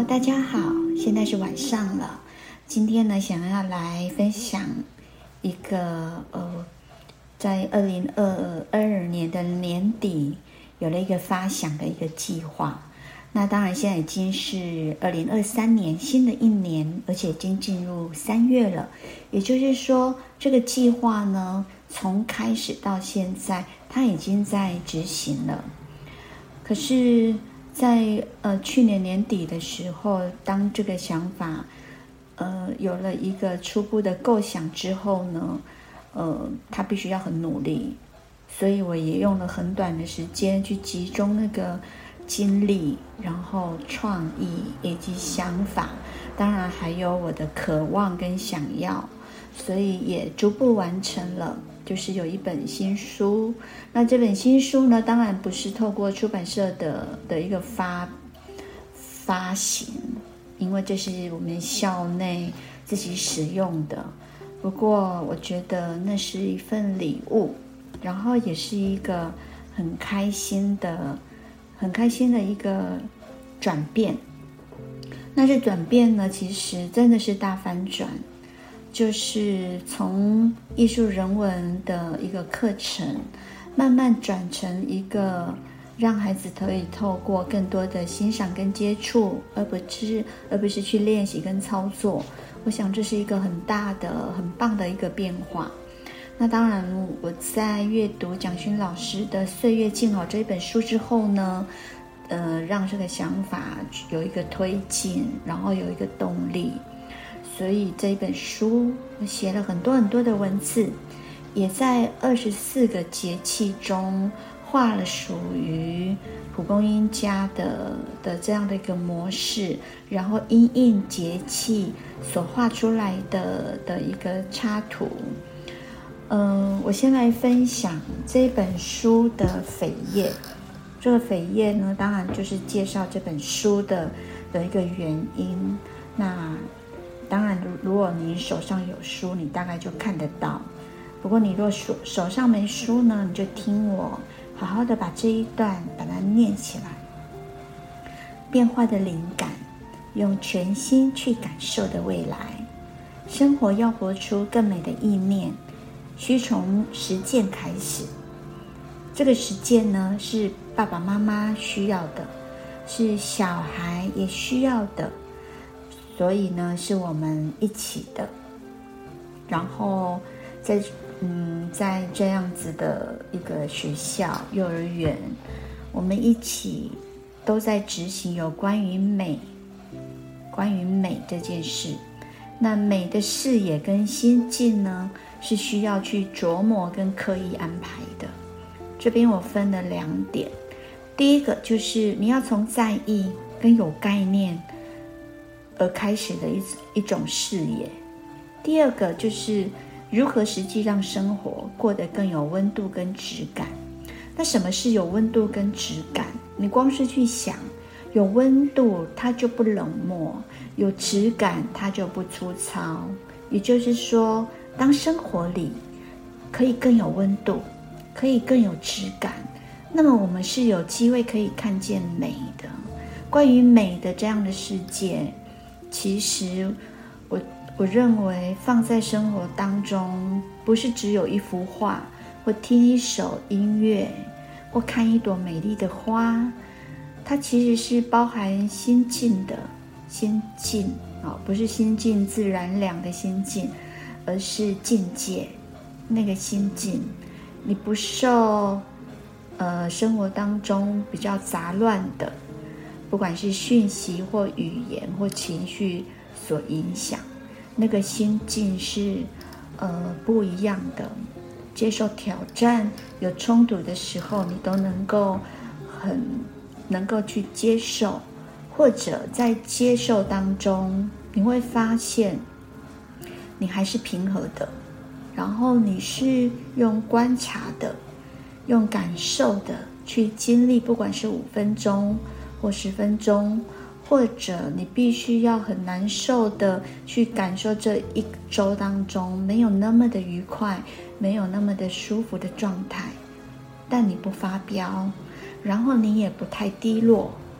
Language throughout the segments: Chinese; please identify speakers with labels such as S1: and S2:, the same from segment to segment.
S1: 大家好，现在是晚上了。今天呢，想要来分享一个在2022年的年底有了一个发想的一个计划。那当然，现在已经是2023年新的一年，而且已经进入3月了。也就是说，这个计划呢，从开始到现在，它已经在执行了。可是在去年年底的时候，当这个想法有了一个初步的构想之后呢，他必须要很努力，所以我也用了很短的时间去集中那个精力，然后创意以及想法，当然还有我的渴望跟想要，所以也逐步完成了。就是有一本新书，那这本新书呢，当然不是透过出版社的一个发行，因为这是我们校内自己使用的。不过我觉得那是一份礼物，然后也是一个很开心的一个转变。那这转变呢，其实真的是大翻转。就是从艺术人文的一个课程，慢慢转成一个让孩子可以透过更多的欣赏跟接触，而不是去练习跟操作。我想这是一个很大的、很棒的一个变化。那当然，我在阅读蒋勋老师的《岁月静好》这一本书之后呢，让这个想法有一个推进，然后有一个动力。所以这一本书我写了很多很多的文字，也在24个节气中画了属于蒲公英家的这样的一个模式，然后因应节气所画出来的一个插图。我先来分享这本书的扉页。这个扉页呢，当然就是介绍这本书的一个原因。那当然，如果你手上有书，你大概就看得到。不过你若手上没书呢，你就听我好好的把这一段把它念起来。变化的灵感，用全心去感受的未来。生活要活出更美的意念，需从实践开始。这个实践呢，是爸爸妈妈需要的，是小孩也需要的。所以呢，是我们一起的。然后在这样子的一个学校、幼儿园，我们一起都在执行有关于美这件事。那美的视野跟心境呢，是需要去琢磨跟刻意安排的。这边我分了2点。第一个就是你要从在意跟有概念而开始的一种视野。第二个就是如何实际让生活过得更有温度跟质感。那什么是有温度跟质感？你光是去想，有温度它就不冷漠，有质感它就不粗糙。也就是说，当生活里可以更有温度，可以更有质感，那么我们是有机会可以看见美的。关于美的这样的世界，其实我认为放在生活当中，不是只有一幅画，或听一首音乐，或看一朵美丽的花，它其实是包含心境的心境，不是心静自然凉的心境，而是境界。那个心境，你不受生活当中比较杂乱的，不管是讯息或语言或情绪所影响，那个心境是不一样的。接受挑战，有冲突的时候，你都能够去接受，或者在接受当中，你会发现你还是平和的，然后你是用观察的，用感受的去经历，不管是5分钟或10分钟，或者你必须要很难受的去感受这1周当中没有那么的愉快，没有那么的舒服的状态，但你不发飙，然后你也不太低落，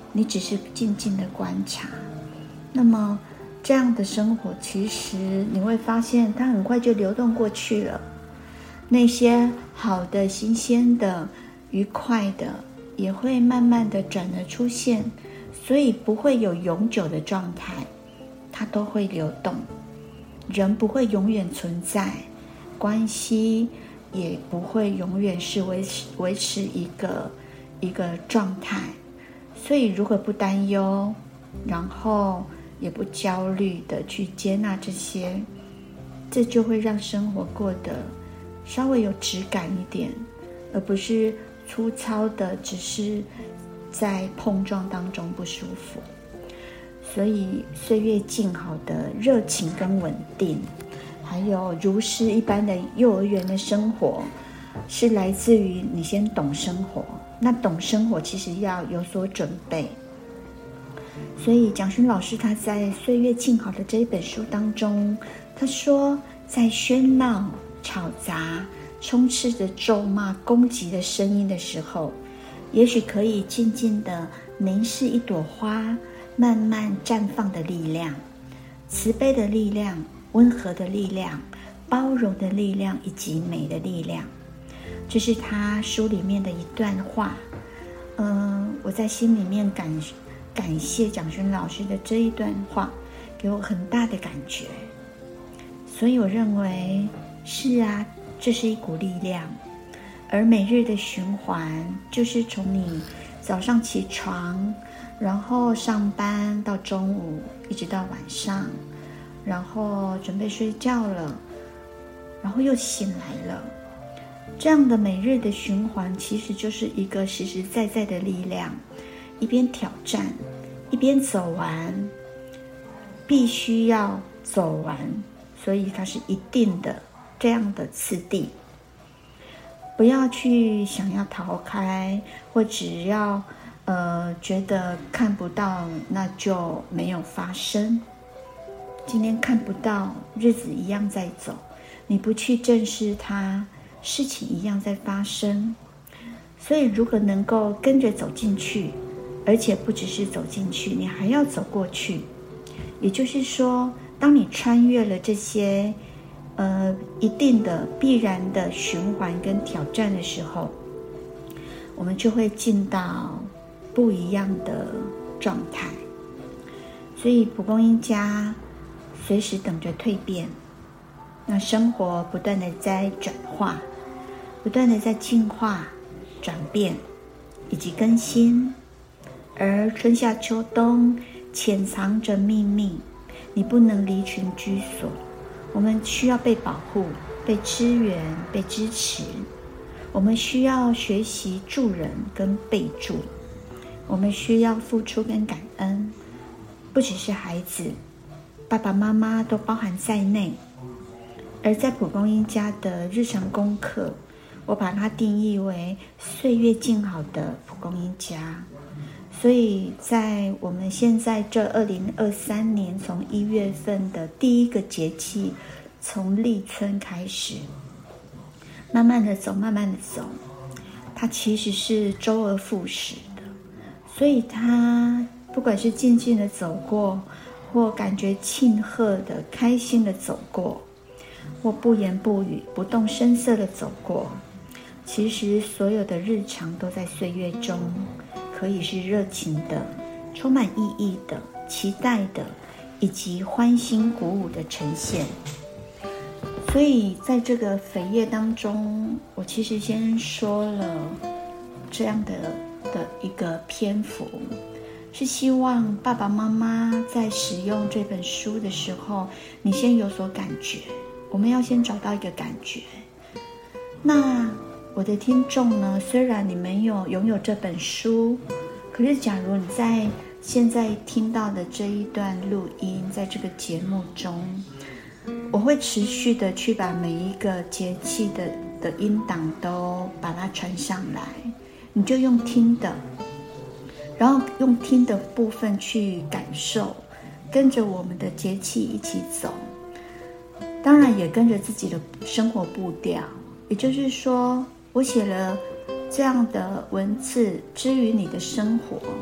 S1: 你只是静静的观察。那么这样的生活，其实你会发现它很快就流动过去了。那些好的、新鲜的、愉快的，也会慢慢的转而出现，所以不会有永久的状态，它都会流动。人不会永远存在，关系也不会永远是维持一个状态。所以如果不担忧，然后也不焦虑的去接纳这些，这就会让生活过得稍微有质感一点，而不是粗糙的只是在碰撞当中不舒服。所以岁月静好的热情跟稳定，还有如诗一般的幼儿园的生活，是来自于你先懂生活。那懂生活其实要有所准备。所以蒋勋老师他在《岁月静好》的这一本书当中，他说，在喧闹、吵杂、充斥着咒骂、攻击的声音的时候，也许可以静静地凝视一朵花慢慢绽放的力量，慈悲的力量、温和的力量、包容的力量以及美的力量。这是他书里面的一段话。我在心里面感谢蒋勋老师的这一段话，给我很大的感觉。所以我认为是啊，这是一股力量。而每日的循环就是从你早上起床，然后上班到中午，一直到晚上，然后准备睡觉了，然后又醒来了。这样的每日的循环其实就是一个实实在在的力量，一边挑战，一边走完，必须要走完，所以它是一定的这样的次第。不要去想要逃开，或只要觉得看不到，那就没有发生。今天看不到，日子一样在走，你不去正视它，事情一样在发生。所以如果能够跟着走进去，而且不只是走进去，你还要走过去。也就是说，当你穿越了这些一定的必然的循环跟挑战的时候，我们就会进到不一样的状态。所以蒲公英家随时等着蜕变，那生活不断的在转化，不断的在进化、转变以及更新。而春夏秋冬潜藏着秘密，你不能离群居所。我们需要被保护、被支援、被支持。我们需要学习助人跟被助。我们需要付出跟感恩，不只是孩子，爸爸妈妈都包含在内。而在蒲公英家的日常功课，我把它定义为岁月静好的蒲公英家。所以在我们现在这2023年从1月份的第一个节气，从立春开始，慢慢的走，慢慢的走，它其实是周而复始的。所以它不管是静静的走过，或感觉庆贺的开心的走过，或不言不语不动声色的走过，其实所有的日常都在岁月中可以是热情的、充满意义的、期待的，以及欢欣鼓舞的呈现。所以在这个扉页当中，我其实先说了这样的一个篇幅，是希望爸爸妈妈在使用这本书的时候，你先有所感觉。我们要先找到一个感觉。那我的听众呢，虽然你没有拥有这本书，可是假如你在现在听到的这一段录音，在这个节目中，我会持续的去把每一个节气的音档都把它传上来，你就用听的，然后用听的部分去感受，跟着我们的节气一起走，当然也跟着自己的生活步调。也就是说，我写了这样的文字之于你的生活，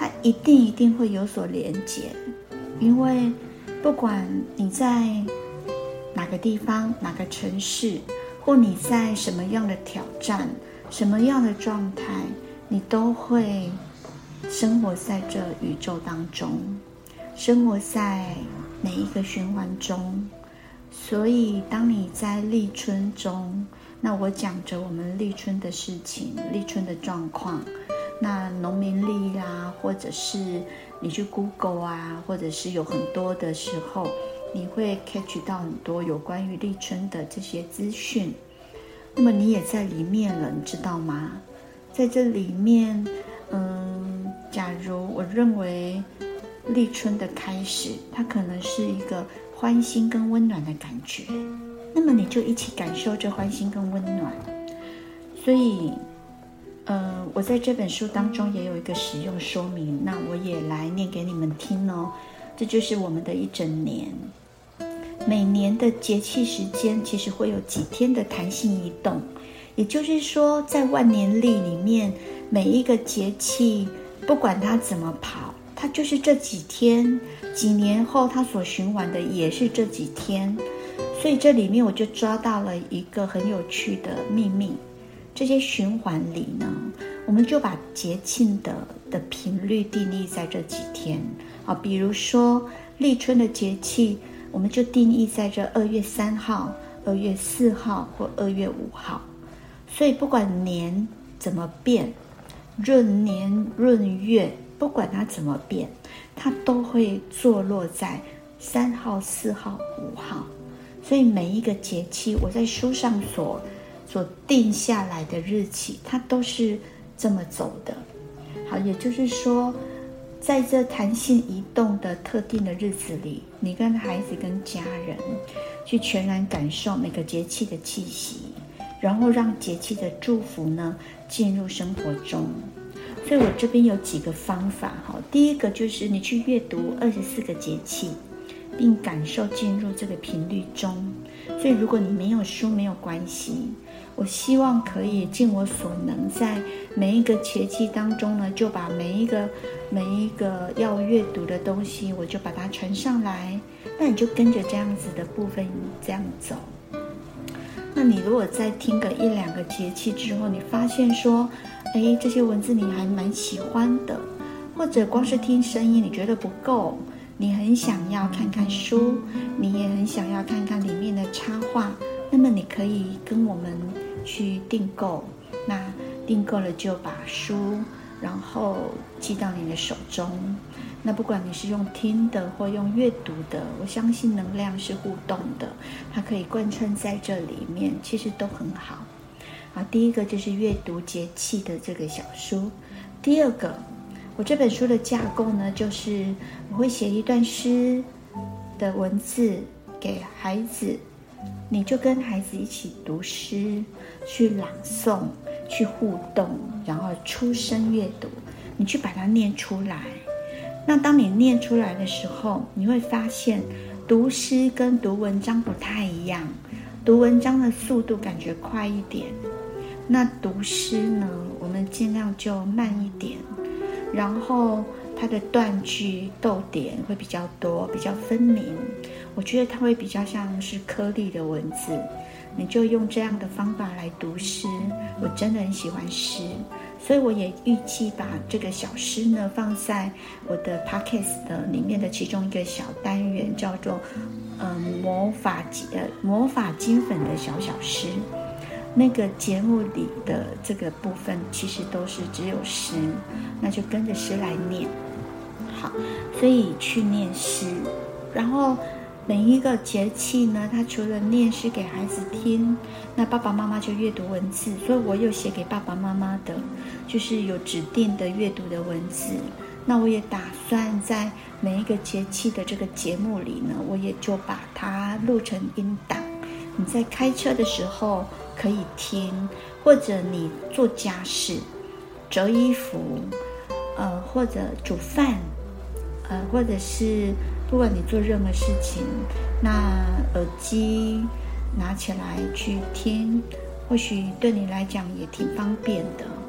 S1: 它一定会有所连结，因为不管你在哪个地方、哪个城市，或你在什么样的挑战、什么样的状态，你都会生活在这宇宙当中，生活在每一个循环中。所以当你在立春中，那我讲着我们立春的事情、立春的状况，那农民历啊，或者是你去 Google 啊，或者是有很多的时候，你会 catch 到很多有关于立春的这些资讯。那么你也在里面了，你知道吗？在这里面，假如我认为立春的开始，它可能是一个欢欣跟温暖的感觉，那么你就一起感受这欢欣跟温暖。所以我在这本书当中也有一个使用说明，那我也来念给你们听哦。这就是我们的一整年，每年的节气时间其实会有几天的弹性移动，也就是说在万年历里面，每一个节气不管它怎么跑，它就是这几天，几年后它所循环的也是这几天。所以这里面我就抓到了一个很有趣的秘密，这些循环里呢，我们就把节庆的频率定义在这几天。好，比如说立春的节气，我们就定义在这2月3号、2月4号或2月5号。所以不管年怎么变，闰年闰月，不管它怎么变，它都会坐落在3号、4号、5号。所以每一个节气，我在书上所定下来的日期，它都是这么走的。好，也就是说，在这弹性移动的特定的日子里，你跟孩子跟家人去全然感受每个节气的气息，然后让节气的祝福呢进入生活中。所以我这边有几个方法。第一个就是你去阅读24个节气，并感受进入这个频率中。所以如果你没有书没有关系，我希望可以尽我所能，在每一个节气当中呢，就把每一个要阅读的东西，我就把它传上来。那你就跟着这样子的部分这样走。那你如果再听个1-2个节气之后，你发现说，这些文字你还蛮喜欢的，或者光是听声音你觉得不够，你很想要看看书，你也很想要看看里面的插画，那么你可以跟我们去订购。那订购了就把书然后寄到你的手中。那不管你是用听的或用阅读的，我相信能量是互动的，它可以贯穿在这里面，其实都很好。好，第一个就是阅读节气的这个小书。第二个，我这本书的架构呢，就是我会写一段诗的文字给孩子，你就跟孩子一起读诗，去朗诵，去互动，然后出声阅读，你去把它念出来。那当你念出来的时候，你会发现读诗跟读文章不太一样，读文章的速度感觉快一点，那读诗呢，我们尽量就慢一点，然后它的断句逗点会比较多，比较分明，我觉得它会比较像是颗粒的文字。你就用这样的方法来读诗，我真的很喜欢诗，所以我也预计把这个小诗呢放在我的 Podcast 的里面的其中一个小单元，叫做魔法金粉的小诗。那个节目里的这个部分其实都是只有诗，那就跟着诗来念。好，所以去念诗，然后每一个节气呢，它除了念诗给孩子听，那爸爸妈妈就阅读文字。所以我有写给爸爸妈妈的，就是有指定的阅读的文字。那我也打算在每一个节气的这个节目里呢，我也就把它录成音档。你在开车的时候可以听，或者你做家事、折衣服，或者煮饭，或者是不管你做任何事情，那耳机拿起来去听，或许对你来讲也挺方便的。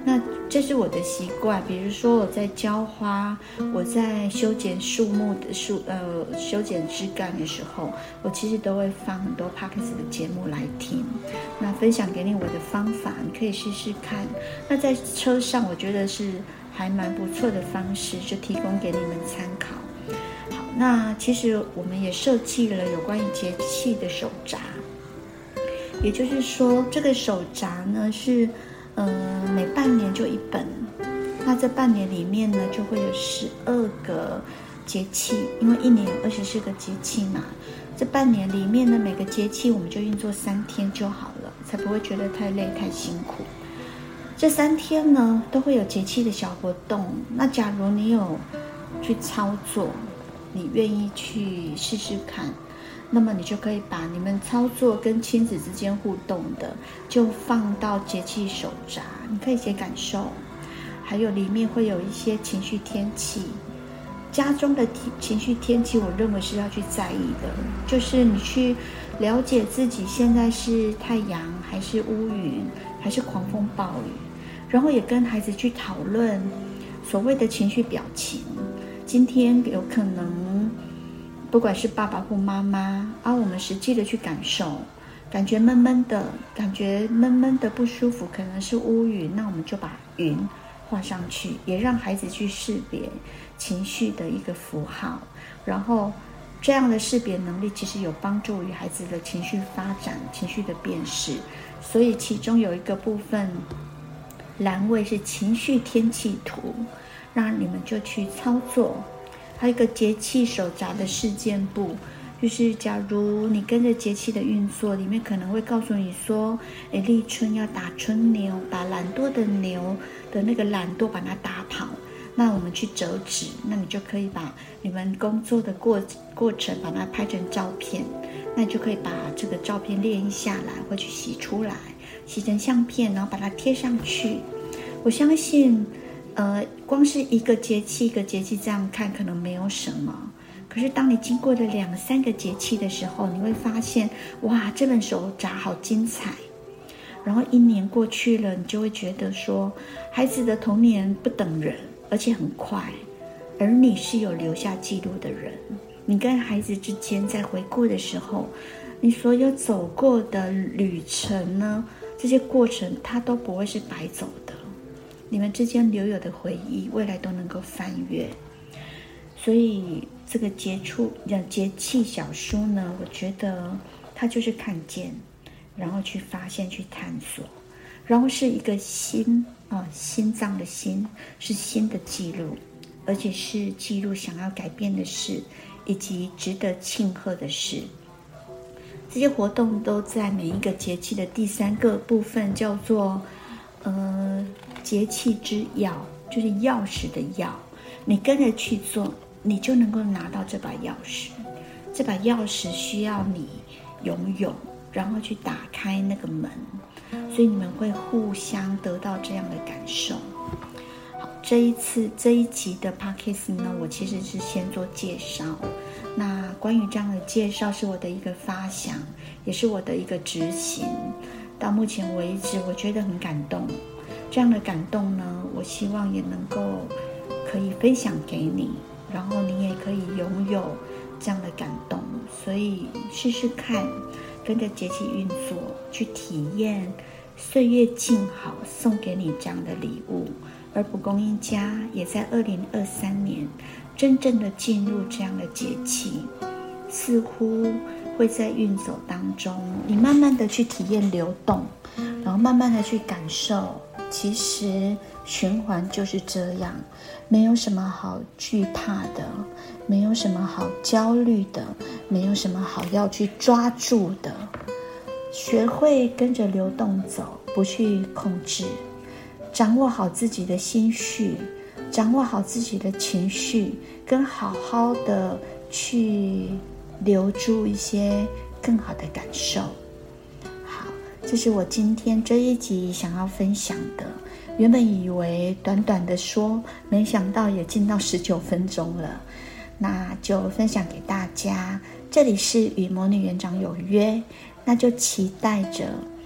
S1: 那这是我的习惯，比如说我在浇花，我在修剪树木的修剪枝干的时候，我其实都会放很多 Podcast 的节目来听，那分享给你我的方法，你可以试试看。那在车上我觉得是还蛮不错的方式，就提供给你们参考。好，那其实我们也设计了有关于节气的手札，也就是说这个手札呢是每半年就一本，那这半年里面呢就会有12个节气，因为一年有24个节气嘛，这半年里面呢每个节气我们就运作3天就好了，才不会觉得太累太辛苦。这3天呢都会有节气的小活动，那假如你有去操作，你愿意去试试看，那么你就可以把你们操作跟亲子之间互动的就放到节气手札，你可以写感受，还有里面会有一些情绪天气，家中的情绪天气我认为是要去在意的，就是你去了解自己现在是太阳还是乌云还是狂风暴雨，然后也跟孩子去讨论所谓的情绪表情。今天有可能不管是爸爸或妈妈我们实际的去感受，感觉闷闷的不舒服，可能是乌云，那我们就把云画上去，也让孩子去识别情绪的一个符号，然后这样的识别能力其实有帮助于孩子的情绪发展、情绪的辨识。所以其中有一个部分栏位是情绪天气图，让你们就去操作。还有一个节气手札的事件簿，就是假如你跟着节气的运作，里面可能会告诉你说立春要打春牛，把懒惰的牛的那个懒惰把它打跑，那我们去折纸，那你就可以把你们工作的过程把它拍成照片，那你就可以把这个照片列印下来，或去洗出来，洗成相片，然后把它贴上去。我相信光是一个节气一个节气这样看可能没有什么，可是当你经过了2-3个节气的时候，你会发现哇，这本手札好精彩。然后1年过去了，你就会觉得说孩子的童年不等人，而且很快，而你是有留下记录的人，你跟孩子之间在回顾的时候，你所有走过的旅程呢，这些过程它都不会是白走的，你们之间留有的回忆未来都能够翻阅。所以这个节气小书呢，我觉得它就是看见，然后去发现去探索，然后是一个心脏的心，是心的记录，而且是记录想要改变的事以及值得庆贺的事。这些活动都在每一个节气的第3个部分，叫做节气之钥，就是钥匙的钥，你跟着去做，你就能够拿到这把钥匙。这把钥匙需要你拥有，然后去打开那个门，所以你们会互相得到这样的感受。好，这一集的 Podcast 呢，我其实是先做介绍。那关于这样的介绍是我的一个发想，也是我的一个执行。到目前为止，我觉得很感动。这样的感动呢，我希望也能够可以分享给你，然后你也可以拥有这样的感动。所以试试看，跟着节气运作去体验岁月静好送给你这样的礼物。而蒲公英家也在2023年真正的进入这样的节气，似乎会在运走当中，你慢慢的去体验流动，然后慢慢的去感受，其实循环就是这样，没有什么好惧怕的，没有什么好焦虑的，没有什么好要去抓住的。学会跟着流动走，不去控制，掌握好自己的心绪，掌握好自己的情绪，跟好好的去留住一些更好的感受。好，这是我今天这一集想要分享的。原本以为短短的说，没想到也进到19分钟了，那就分享给大家。这里是与魔女园长有约，那就期待着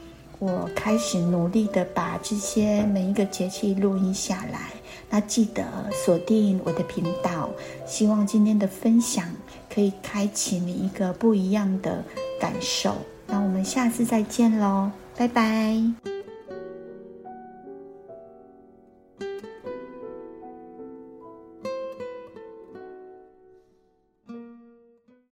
S1: 我开始努力的把这些每一个节气录音下来。那记得锁定我的频道，希望今天的分享可以开启你一个不一样的感受。那我们下次再见咯，拜拜。